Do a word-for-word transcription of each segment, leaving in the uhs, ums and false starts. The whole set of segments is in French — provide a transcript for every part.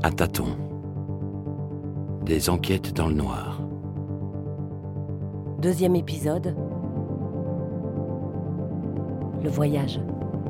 À tâtons. Des enquêtes dans le noir. Deuxième épisode. Le voyage.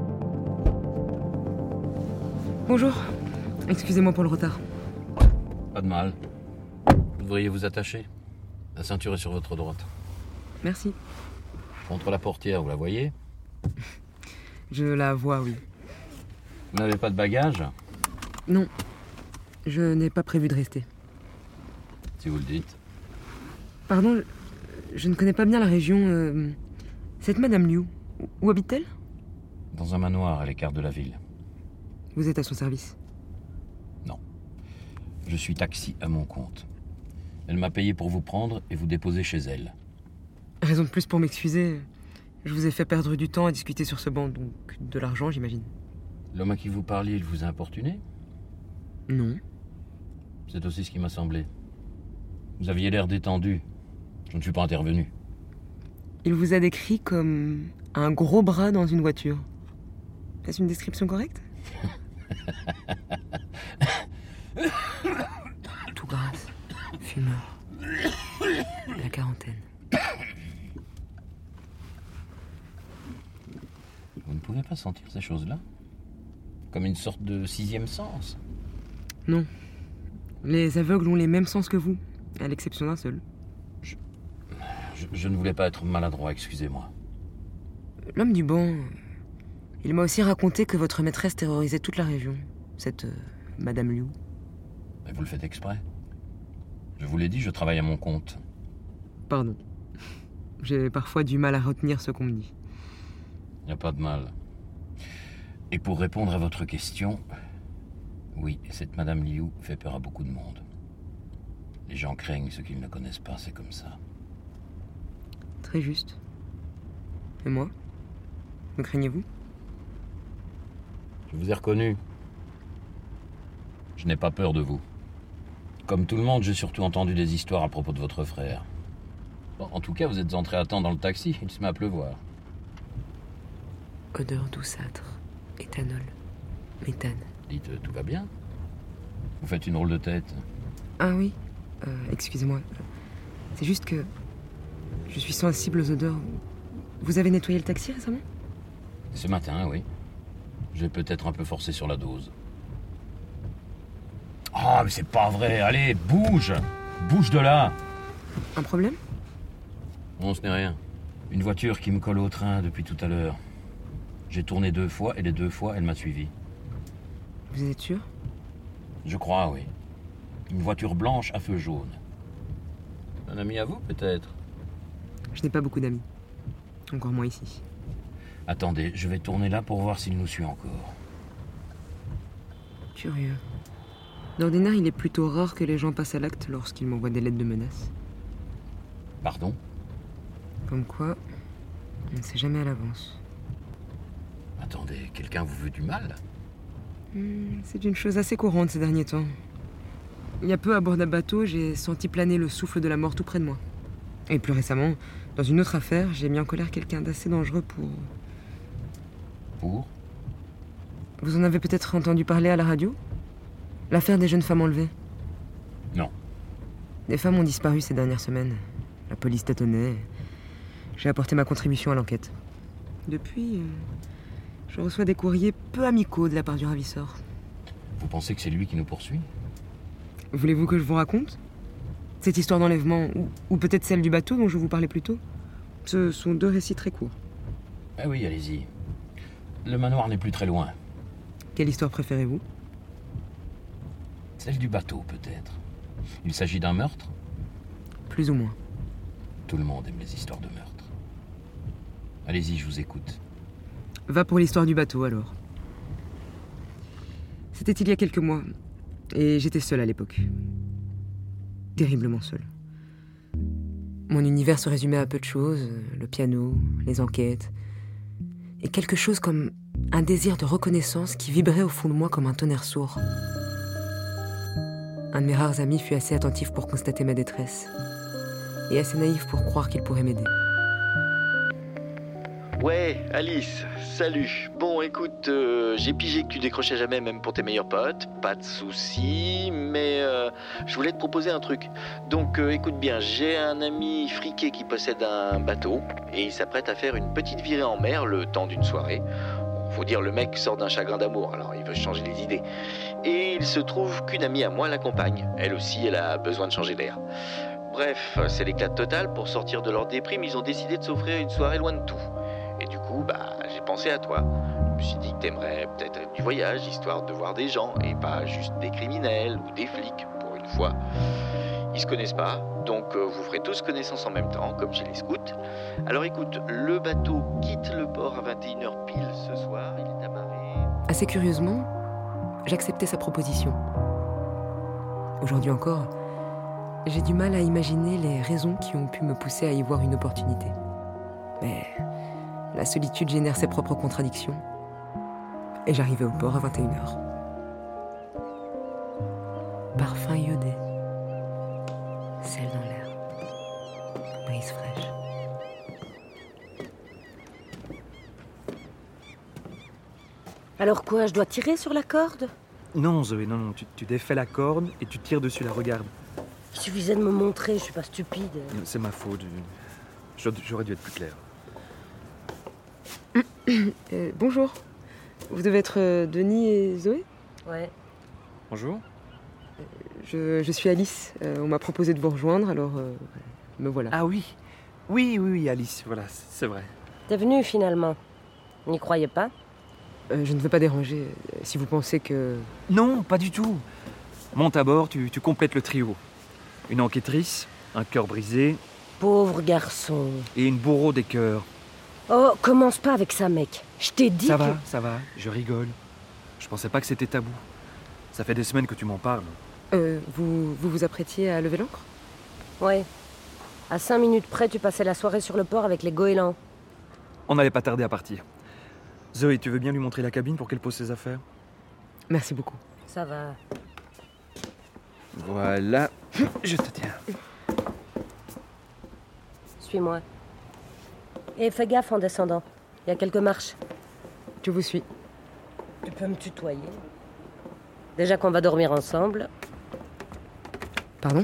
Bonjour. Excusez-moi pour le retard. Pas de mal. Vous devriez vous attacher. La ceinture est sur votre droite. Merci. Contre la portière, vous la voyez ? Je la vois, oui. Vous n'avez pas de bagages ? Non. Je n'ai pas prévu de rester. Si vous le dites. Pardon, je, je ne connais pas bien la région. Euh, cette Madame Liu, où habite-t-elle ? Dans un manoir à l'écart de la ville. Vous êtes à son service ? Non. Je suis taxi à mon compte. Elle m'a payé pour vous prendre et vous déposer chez elle. Raison de plus pour m'excuser. Je vous ai fait perdre du temps à discuter sur ce banc, donc de l'argent, j'imagine. L'homme à qui vous parliez, il vous a importuné ? Non. C'est aussi ce qui m'a semblé. Vous aviez l'air détendu. Je ne suis pas intervenu. Il vous a décrit comme un gros bras dans une voiture. Est-ce une description correcte ? Tout grasse, fumeur, la quarantaine. Vous ne pouvez pas sentir ces choses-là ? Comme une sorte de sixième sens ? Non. Les aveugles ont les mêmes sens que vous, à l'exception d'un seul. Je, je, je ne voulais pas être maladroit, excusez-moi. L'homme du banc, il m'a aussi raconté que votre maîtresse terrorisait toute la région, cette euh, Madame Liu. Mais vous le faites exprès. Je vous l'ai dit, je travaille à mon compte. Pardon. J'ai parfois du mal à retenir ce qu'on me dit. Il n'y a pas de mal. Et pour répondre à votre question, oui, cette Madame Liu fait peur à beaucoup de monde. Les gens craignent ce qu'ils ne connaissent pas, c'est comme ça. Très juste. Et moi ? Me craignez-vous ? Je vous ai reconnu. Je n'ai pas peur de vous. Comme tout le monde, j'ai surtout entendu des histoires à propos de votre frère. Bon, en tout cas, vous êtes entré à temps dans le taxi, il se met à pleuvoir. Odeur douceâtre, éthanol, méthane. Dites, tout va bien ? Vous faites une drôle de tête. Ah oui, euh, excusez-moi. C'est juste que je suis sensible aux odeurs. Vous avez nettoyé le taxi récemment ? Ce matin, oui. J'ai peut-être un peu forcé sur la dose. Ah, oh, mais c'est pas vrai. Allez, bouge. Bouge de là. Un problème ? Non, ce n'est rien. Une voiture qui me colle au train depuis tout à l'heure. J'ai tourné deux fois et les deux fois, elle m'a suivi. Vous êtes sûr ? Je crois, oui. Une voiture blanche à feu jaune. Un ami à vous, peut-être ? Je n'ai pas beaucoup d'amis. Encore moins ici. Attendez, je vais tourner là pour voir s'il nous suit encore. Curieux. D'ordinaire, il est plutôt rare que les gens passent à l'acte lorsqu'ils m'envoient des lettres de menaces. Pardon ? Comme quoi, on ne sait jamais à l'avance. Attendez, quelqu'un vous veut du mal ? Hmm, c'est une chose assez courante ces derniers temps. Il y a peu, à bord d'un bateau, j'ai senti planer le souffle de la mort tout près de moi. Et plus récemment, dans une autre affaire, j'ai mis en colère quelqu'un d'assez dangereux pour... Pour ? Vous en avez peut-être entendu parler à la radio ? L'affaire des jeunes femmes enlevées. Non. Des femmes ont disparu ces dernières semaines. La police tâtonnait. J'ai apporté ma contribution à l'enquête. Depuis, euh, je reçois des courriers peu amicaux de la part du ravisseur. Vous pensez que c'est lui qui nous poursuit ? Voulez-vous que je vous raconte ? Cette histoire d'enlèvement, ou, ou peut-être celle du bateau dont je vous parlais plus tôt. Ce sont deux récits très courts. Ah oui, allez-y. Le manoir n'est plus très loin. Quelle histoire préférez-vous ? Celle du bateau, peut-être. Il s'agit d'un meurtre ? Plus ou moins. Tout le monde aime les histoires de meurtre. Allez-y, je vous écoute. Va pour l'histoire du bateau, alors. C'était il y a quelques mois, et j'étais seul à l'époque. Terriblement seul. Mon univers se résumait à peu de choses, le piano, les enquêtes, et quelque chose comme un désir de reconnaissance qui vibrait au fond de moi comme un tonnerre sourd. Un de mes rares amis fut assez attentif pour constater ma détresse, et assez naïf pour croire qu'il pourrait m'aider. Ouais, Alice, salut. Bon, écoute. écoute, euh, j'ai pigé que tu décrochais jamais, même pour tes meilleurs potes. Pas de soucis, mais euh, je voulais te proposer un truc. Donc, euh, écoute bien, j'ai un ami friqué qui possède un bateau et il s'apprête à faire une petite virée en mer le temps d'une soirée. Faut dire, le mec sort d'un chagrin d'amour, alors il veut changer les idées. Et il se trouve qu'une amie à moi l'accompagne. Elle aussi, elle a besoin de changer d'air. Bref, c'est l'éclate totale. Pour sortir de leur déprime, ils ont décidé de s'offrir une soirée loin de tout. Et du coup, bah, j'ai pensé à toi. Je me suis dit que t'aimerais peut-être du voyage, histoire de voir des gens, et pas juste des criminels ou des flics, pour une fois. Ils se connaissent pas, donc euh, vous ferez tous connaissance en même temps, comme chez les scouts. Alors écoute, le bateau quitte le port à vingt et une heures pile ce soir, il est amarré... Assez curieusement, j'acceptais sa proposition. Aujourd'hui encore, j'ai du mal à imaginer les raisons qui ont pu me pousser à y voir une opportunité. Mais la solitude génère ses propres contradictions. Et j'arrivais au port à vingt et une heures. Parfum iodé. Sel dans l'air. Brise fraîche. Alors quoi, je dois tirer sur la corde? Non, Zoé, non, non, tu, tu défais la corde et tu tires dessus la, regarde. Il suffisait de me montrer, je suis pas stupide. C'est ma faute. Je- J'aurais dû être plus clair. Euh, bonjour. Vous devez être euh, Denis et Zoé? Ouais. Bonjour. je, je suis Alice. Euh, on m'a proposé de vous rejoindre, alors euh, me voilà. Ah oui. Oui, oui, oui, Alice, voilà, c'est vrai. T'es venu finalement. N'y croyez pas? Euh, je ne veux pas déranger. euh, Si vous pensez que... Non, pas du tout. Monte à bord, tu, tu complètes le trio. Une enquêtrice, un cœur brisé Pauvre garçon. et une bourreau des cœurs. Oh, commence pas avec ça, mec. Je t'ai dit Ça que... va, ça va, je rigole. Je pensais pas que c'était tabou. Ça fait des semaines que tu m'en parles. Euh, vous, vous vous apprêtiez à lever l'ancre? Ouais. À cinq minutes près, tu passais la soirée sur le port avec les goélands. On n'allait pas tarder à partir. Zoé, tu veux bien lui montrer la cabine pour qu'elle pose ses affaires? Merci beaucoup. Ça va. Voilà, je te tiens. Suis-moi. Et fais gaffe en descendant. Il y a quelques marches. Je vous suis. Tu peux me tutoyer. Déjà qu'on va dormir ensemble. Pardon?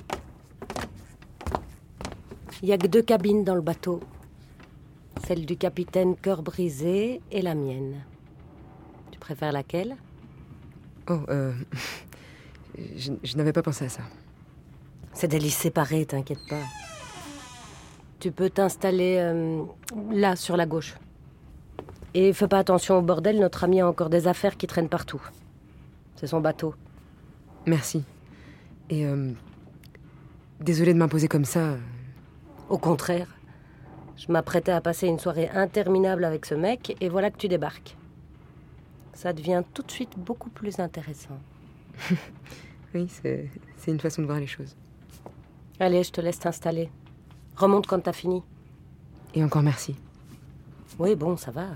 Il y a que deux cabines dans le bateau. Celle du capitaine Cœur Brisé et la mienne. Tu préfères laquelle? Oh, euh... je, je n'avais pas pensé à ça. C'est des lits séparés, t'inquiète pas. Tu peux t'installer euh, là, sur la gauche. Et fais pas attention au bordel, notre ami a encore des affaires qui traînent partout. C'est son bateau. Merci. Et euh... désolée de m'imposer comme ça. Au contraire, je m'apprêtais à passer une soirée interminable avec ce mec, et voilà que tu débarques. Ça devient tout de suite beaucoup plus intéressant. Oui, c'est, c'est une façon de voir les choses. Allez, je te laisse t'installer. Remonte quand t'as fini. Et encore merci. Oui, bon, ça va.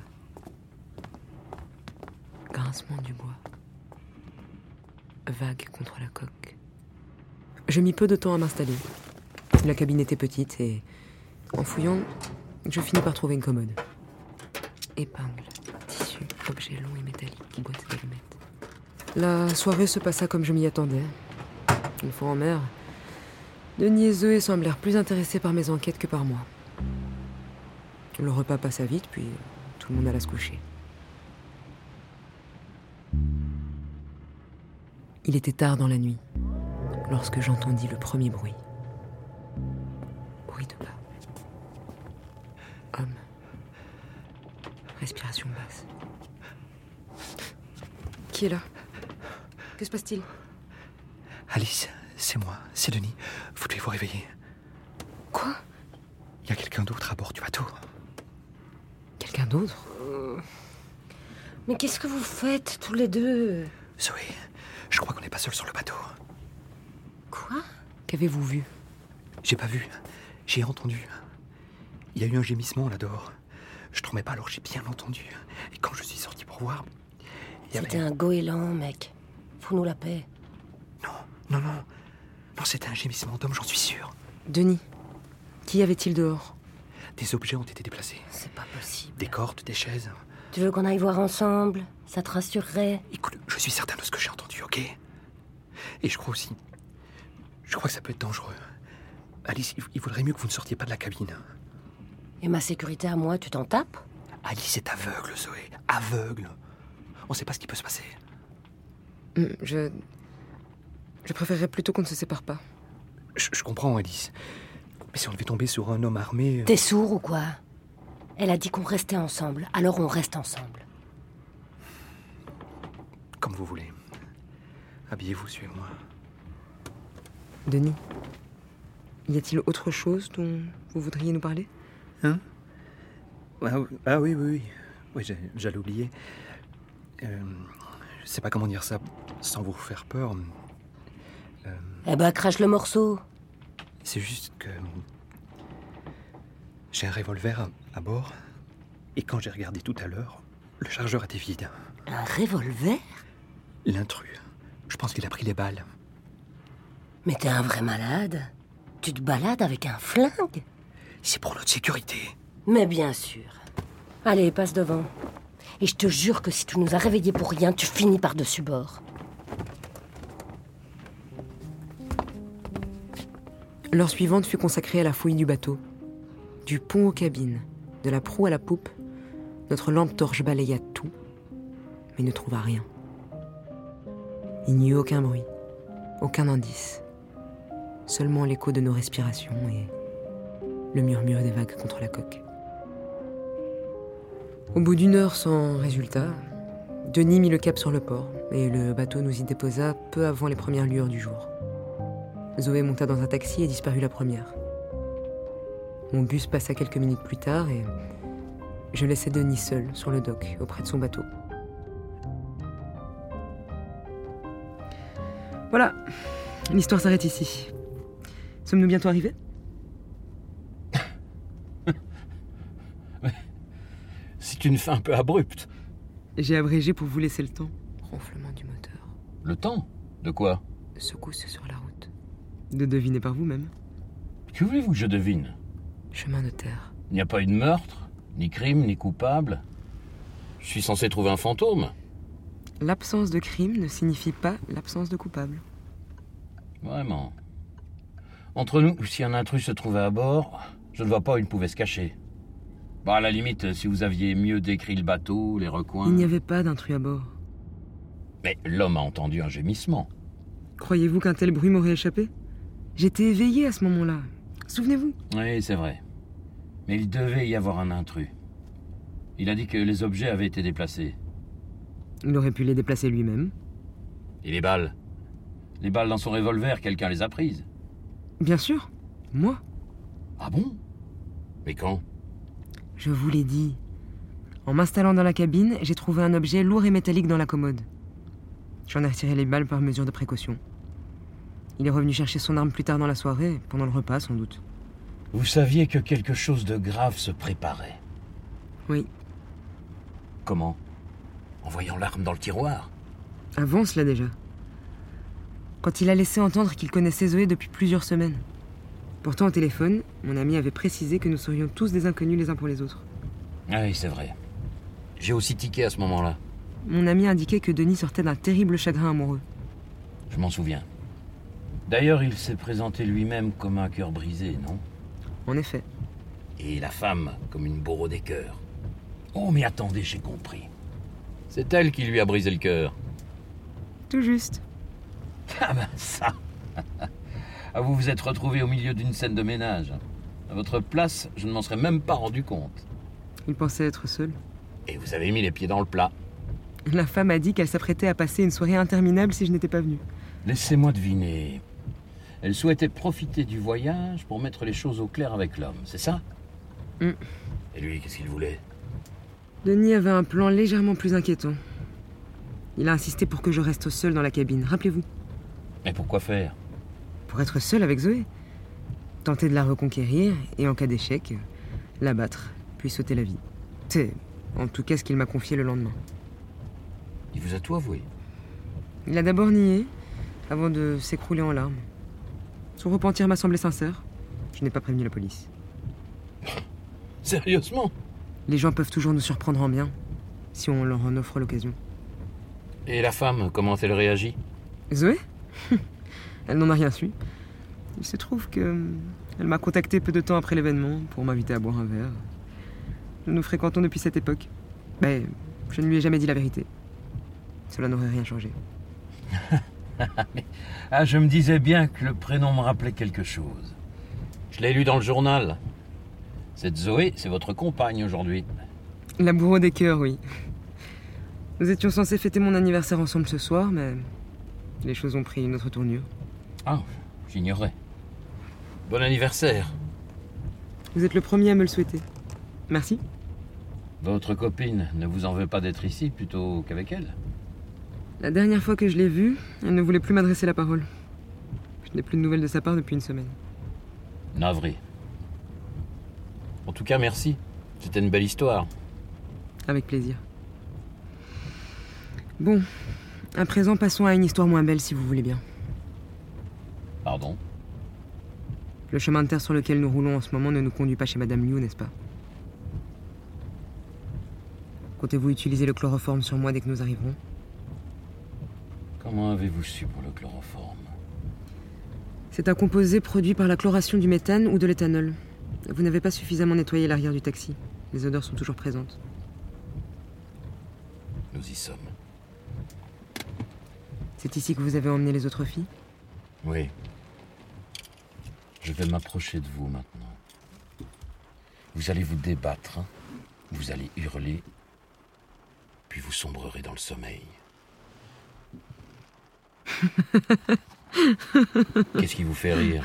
Grincement du bois. Vague contre la coque. Je mis peu de temps à m'installer. La cabine était petite et, en fouillant, je finis par trouver une commode. Épingles, tissus, objets longs et métalliques, boîtes d'allumettes. La soirée se passa comme je m'y attendais. Une fois en mer, Denis et Zoé semblèrent plus intéressés par mes enquêtes que par moi. Le repas passa vite, puis tout le monde alla se coucher. Il était tard dans la nuit, lorsque j'entendis le premier bruit. Bruit de pas. Homme. Respiration basse. Qui est là? Que se passe-t-il? Alice, c'est moi, c'est Denis. Vous devez vous réveiller. Quoi? Il y a quelqu'un d'autre à bord du bateau. Quelqu'un d'autre? Mais qu'est-ce que vous faites, tous les deux? Zoé, je crois qu'on n'est pas seul sur le bateau. Quoi? Qu'avez-vous vu? J'ai pas vu, j'ai entendu. Il y a eu un gémissement là dehors. Je dormais pas, alors j'ai bien entendu. Et quand je suis sorti pour voir, il y avait... C'était un goéland, mec. Fous-nous la paix. Non, non, non. Non, c'était un gémissement d'homme, j'en suis sûr. Denis, qu'y avait-il dehors? Des objets ont été déplacés. C'est pas possible. Des cordes, des chaises. Tu veux qu'on aille voir ensemble? Ça te rassurerait? Écoute, je suis certain de ce que j'ai entendu, ok? Et je crois aussi... Je crois que ça peut être dangereux. Alice, il vaudrait mieux que vous ne sortiez pas de la cabine. Et ma sécurité à moi, tu t'en tapes? Alice est aveugle, Zoé. Aveugle. On sait pas ce qui peut se passer. Je... Je préférerais plutôt qu'on ne se sépare pas. Je, je comprends, Alice. Mais si on devait tomber sur un homme armé... T'es sourd ou quoi? Elle a dit qu'on restait ensemble, alors on reste ensemble. Comme vous voulez. Habillez-vous, suivez-moi. Denis, y a-t-il autre chose dont vous voudriez nous parler? Hein? Ah, ah oui, oui, oui. Oui, j'ai- j'allais oublier. Euh, je sais pas comment dire ça sans vous faire peur. Euh, Eh ben, crache le morceau. c'est juste que... J'ai un revolver à, à bord. Et quand j'ai regardé tout à l'heure, le chargeur était vide. Un revolver? L'intrus. Je pense qu'il a pris les balles. Mais t'es un vrai malade. Tu te balades avec un flingue? C'est pour notre sécurité. Mais bien sûr. Allez, passe devant. Et je te jure que si tu nous as réveillés pour rien, tu finis par-dessus bord. L'heure suivante fut consacrée à la fouille du bateau. Du pont aux cabines, de la proue à la poupe, notre lampe torche balaya tout, mais ne trouva rien. Il n'y eut aucun bruit, aucun indice. Seulement l'écho de nos respirations et le murmure des vagues contre la coque. Au bout d'une heure sans résultat, Denis mit le cap sur le port et le bateau nous y déposa peu avant les premières lueurs du jour. Zoé monta dans un taxi et disparut la première. Mon bus passa quelques minutes plus tard et je laissai Denis seul sur le dock auprès de son bateau. Voilà, l'histoire s'arrête ici. Sommes-nous bientôt arrivés? C'est une fin un peu abrupte. J'ai abrégé pour vous laisser le temps. Ronflement du moteur. Le temps? De quoi? Secousse sur la route. De deviner par vous-même. Que voulez-vous que je devine? Chemin de terre. Il n'y a pas eu de meurtre, ni crime, ni coupable. Je suis censé trouver un fantôme. L'absence de crime ne signifie pas l'absence de coupable. Vraiment. Entre nous, si un intrus se trouvait à bord, je ne vois pas où il pouvait se cacher. Bah, à la limite, si vous aviez mieux décrit le bateau, les recoins... Il n'y avait pas d'intrus à bord. Mais l'homme a entendu un gémissement. Croyez-vous qu'un tel bruit m'aurait échappé? J'étais éveillé à ce moment-là. Souvenez-vous. Oui, c'est vrai. Mais il devait y avoir un intrus. Il a dit que les objets avaient été déplacés. Il aurait pu les déplacer lui-même. Et les balles? Les balles dans son revolver, quelqu'un les a prises. Bien sûr. Moi. Ah bon? Mais quand? Je vous l'ai dit. En m'installant dans la cabine, j'ai trouvé un objet lourd et métallique dans la commode. J'en ai retiré les balles par mesure de précaution. Il est revenu chercher son arme plus tard dans la soirée, pendant le repas sans doute. Vous saviez que quelque chose de grave se préparait. Oui. Comment? En voyant l'arme dans le tiroir? Avant cela déjà. Quand il a laissé entendre qu'il connaissait Zoé depuis plusieurs semaines. Pourtant au téléphone, mon ami avait précisé que nous serions tous des inconnus les uns pour les autres. Ah oui, c'est vrai. J'ai aussi tiqué à ce moment-là. Mon ami indiquait que Denis sortait d'un terrible chagrin amoureux. Je m'en souviens. D'ailleurs, il s'est présenté lui-même comme un cœur brisé, non? En effet. Et la femme comme une bourreau des cœurs. Oh, mais attendez, j'ai compris. C'est elle qui lui a brisé le cœur. Tout juste. Ah ben ça. Ah, vous vous êtes retrouvé au milieu d'une scène de ménage. À votre place, je ne m'en serais même pas rendu compte. Il pensait être seul. Et vous avez mis les pieds dans le plat. La femme a dit qu'elle s'apprêtait à passer une soirée interminable si je n'étais pas venu. Laissez-moi deviner. Elle souhaitait profiter du voyage pour mettre les choses au clair avec l'homme, c'est ça? Mm. Et lui, qu'est-ce qu'il voulait? Denis avait un plan légèrement plus inquiétant. Il a insisté pour que je reste seul dans la cabine, rappelez-vous. Mais pourquoi faire? Pour être seul avec Zoé. Tenter de la reconquérir et, en cas d'échec, l'abattre, puis sauter la vie. C'est en tout cas ce qu'il m'a confié le lendemain. Il vous a tout avoué? Il a d'abord nié, avant de s'écrouler en larmes. Son repentir m'a semblé sincère. Je n'ai pas prévenu la police. Sérieusement? Les gens peuvent toujours nous surprendre en bien. si on leur en offre l'occasion. Et la femme, comment elle réagit? Zoé? Elle n'en a rien su. Il se trouve que elle m'a contacté peu de temps après l'événement pour m'inviter à boire un verre. Nous nous fréquentons depuis cette époque. Mais je ne lui ai jamais dit la vérité. Cela n'aurait rien changé. Ah, je me disais bien que le prénom me rappelait quelque chose. Je l'ai lu dans le journal. Cette Zoé, c'est votre compagne aujourd'hui. La bourreau des cœurs, oui. Nous étions censés fêter mon anniversaire ensemble ce soir, mais les choses ont pris une autre tournure. Ah, j'ignorais. Bon anniversaire. Vous êtes le premier à me le souhaiter. Merci. Votre copine ne vous en veut pas d'être ici plutôt qu'avec elle? La dernière fois que je l'ai vue, elle ne voulait plus m'adresser la parole. Je n'ai plus de nouvelles de sa part depuis une semaine. Navré. En tout cas, merci. C'était une belle histoire. Avec plaisir. Bon, à présent, passons à une histoire moins belle, si vous voulez bien. Pardon? Le chemin de terre sur lequel nous roulons en ce moment ne nous conduit pas chez Madame Liu, n'est-ce pas? Comptez-vous utiliser le chloroforme sur moi dès que nous arriverons? Comment avez-vous su pour le chloroforme? C'est un composé produit par la chloration du méthane ou de l'éthanol. Vous n'avez pas suffisamment nettoyé l'arrière du taxi. Les odeurs sont toujours présentes. Nous y sommes. C'est ici que vous avez emmené les autres filles? Oui. Je vais m'approcher de vous maintenant. Vous allez vous débattre, hein? Vous allez hurler, puis vous sombrerez dans le sommeil. Qu'est-ce qui vous fait rire?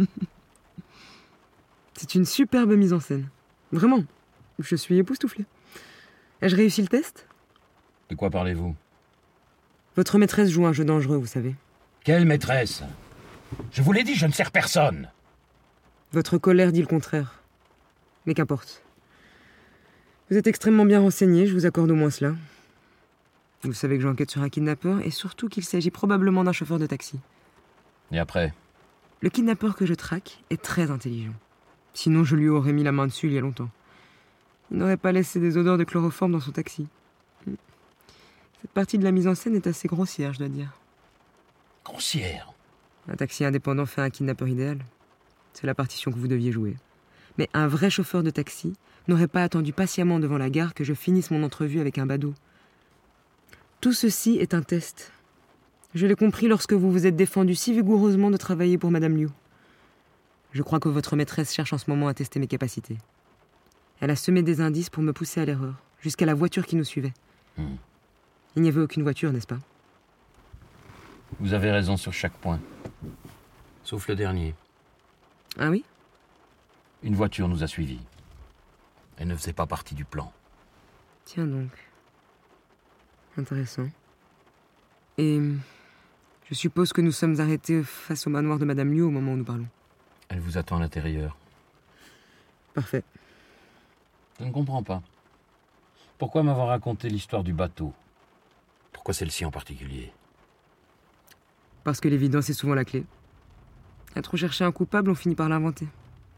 C'est une superbe mise en scène. Vraiment, je suis époustouflée. Ai-je réussi le test? De quoi parlez-vous? Votre maîtresse joue un jeu dangereux, vous savez. Quelle maîtresse? Je vous l'ai dit, je ne sers personne. Votre colère dit le contraire. Mais qu'importe. Vous êtes extrêmement bien renseigné, je vous accorde au moins cela. Vous savez que j'enquête sur un kidnappeur et surtout qu'il s'agit probablement d'un chauffeur de taxi. Et après? Le kidnappeur que je traque est très intelligent. Sinon, je lui aurais mis la main dessus il y a longtemps. Il n'aurait pas laissé des odeurs de chloroforme dans son taxi. Cette partie de la mise en scène est assez grossière, je dois dire. Grossière? Un taxi indépendant fait un kidnappeur idéal. C'est la partition que vous deviez jouer. Mais un vrai chauffeur de taxi n'aurait pas attendu patiemment devant la gare que je finisse mon entrevue avec un badaud. Tout ceci est un test. Je l'ai compris lorsque vous vous êtes défendu si vigoureusement de travailler pour Madame Liu. Je crois que votre maîtresse cherche en ce moment à tester mes capacités. Elle a semé des indices pour me pousser à l'erreur, jusqu'à la voiture qui nous suivait. Hmm. Il n'y avait aucune voiture, n'est-ce pas? Vous avez raison sur chaque point. Sauf le dernier. Ah oui? Une voiture nous a suivis. Elle ne faisait pas partie du plan. Tiens donc. Intéressant. Et je suppose que nous sommes arrêtés face au manoir de Madame Liu au moment où nous parlons. Elle vous attend à l'intérieur. Parfait. Je ne comprends pas. Pourquoi m'avoir raconté l'histoire du bateau? Pourquoi celle-ci en particulier? Parce que l'évidence est souvent la clé. À trop chercher un coupable, on finit par l'inventer.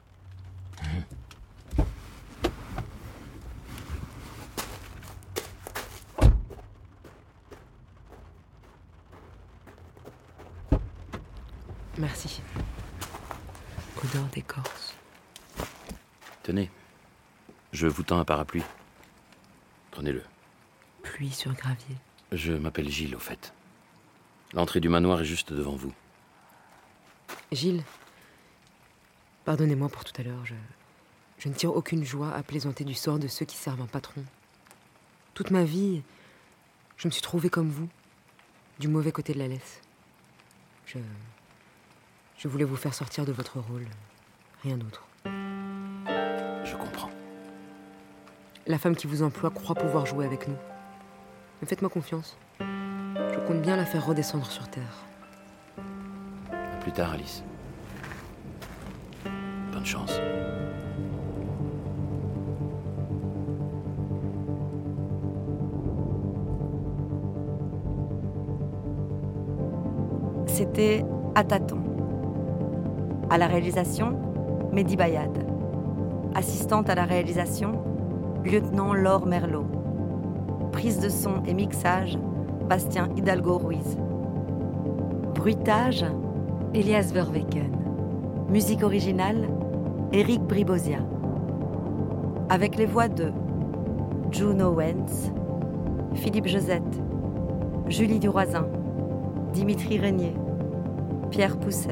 Merci. Odeur d'écorce. Tenez, je vous tends un parapluie. Prenez-le. Pluie sur gravier. Je m'appelle Gilles, au fait. L'entrée du manoir est juste devant vous. Gilles, pardonnez-moi pour tout à l'heure. Je, je ne tire aucune joie à plaisanter du sort de ceux qui servent un patron. Toute ma vie, je me suis trouvée comme vous, du mauvais côté de la laisse. Je... Je voulais vous faire sortir de votre rôle. Rien d'autre. Je comprends. La femme qui vous emploie croit pouvoir jouer avec nous. Mais faites-moi confiance. Je compte bien la faire redescendre sur Terre. À plus tard, Alice. Bonne chance. C'était À tâtons. À la réalisation, Mehdi Bayad. Assistante à la réalisation, lieutenant Laure Merlot. Prise de son et mixage, Bastien Hidalgo-Ruiz. Bruitage, Elias Verweken. musique originale, Éric Bribosia. Avec les voix de June Owens, Philippe Josette, Julie Duroisin, Dimitri Régnier, Pierre Pousset.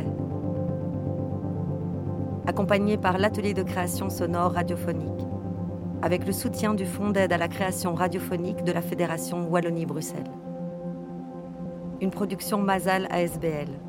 Accompagné par l'atelier de création sonore radiophonique, avec le soutien du Fonds d'aide à la création radiophonique de la Fédération Wallonie-Bruxelles. Une production Mazal A S B L.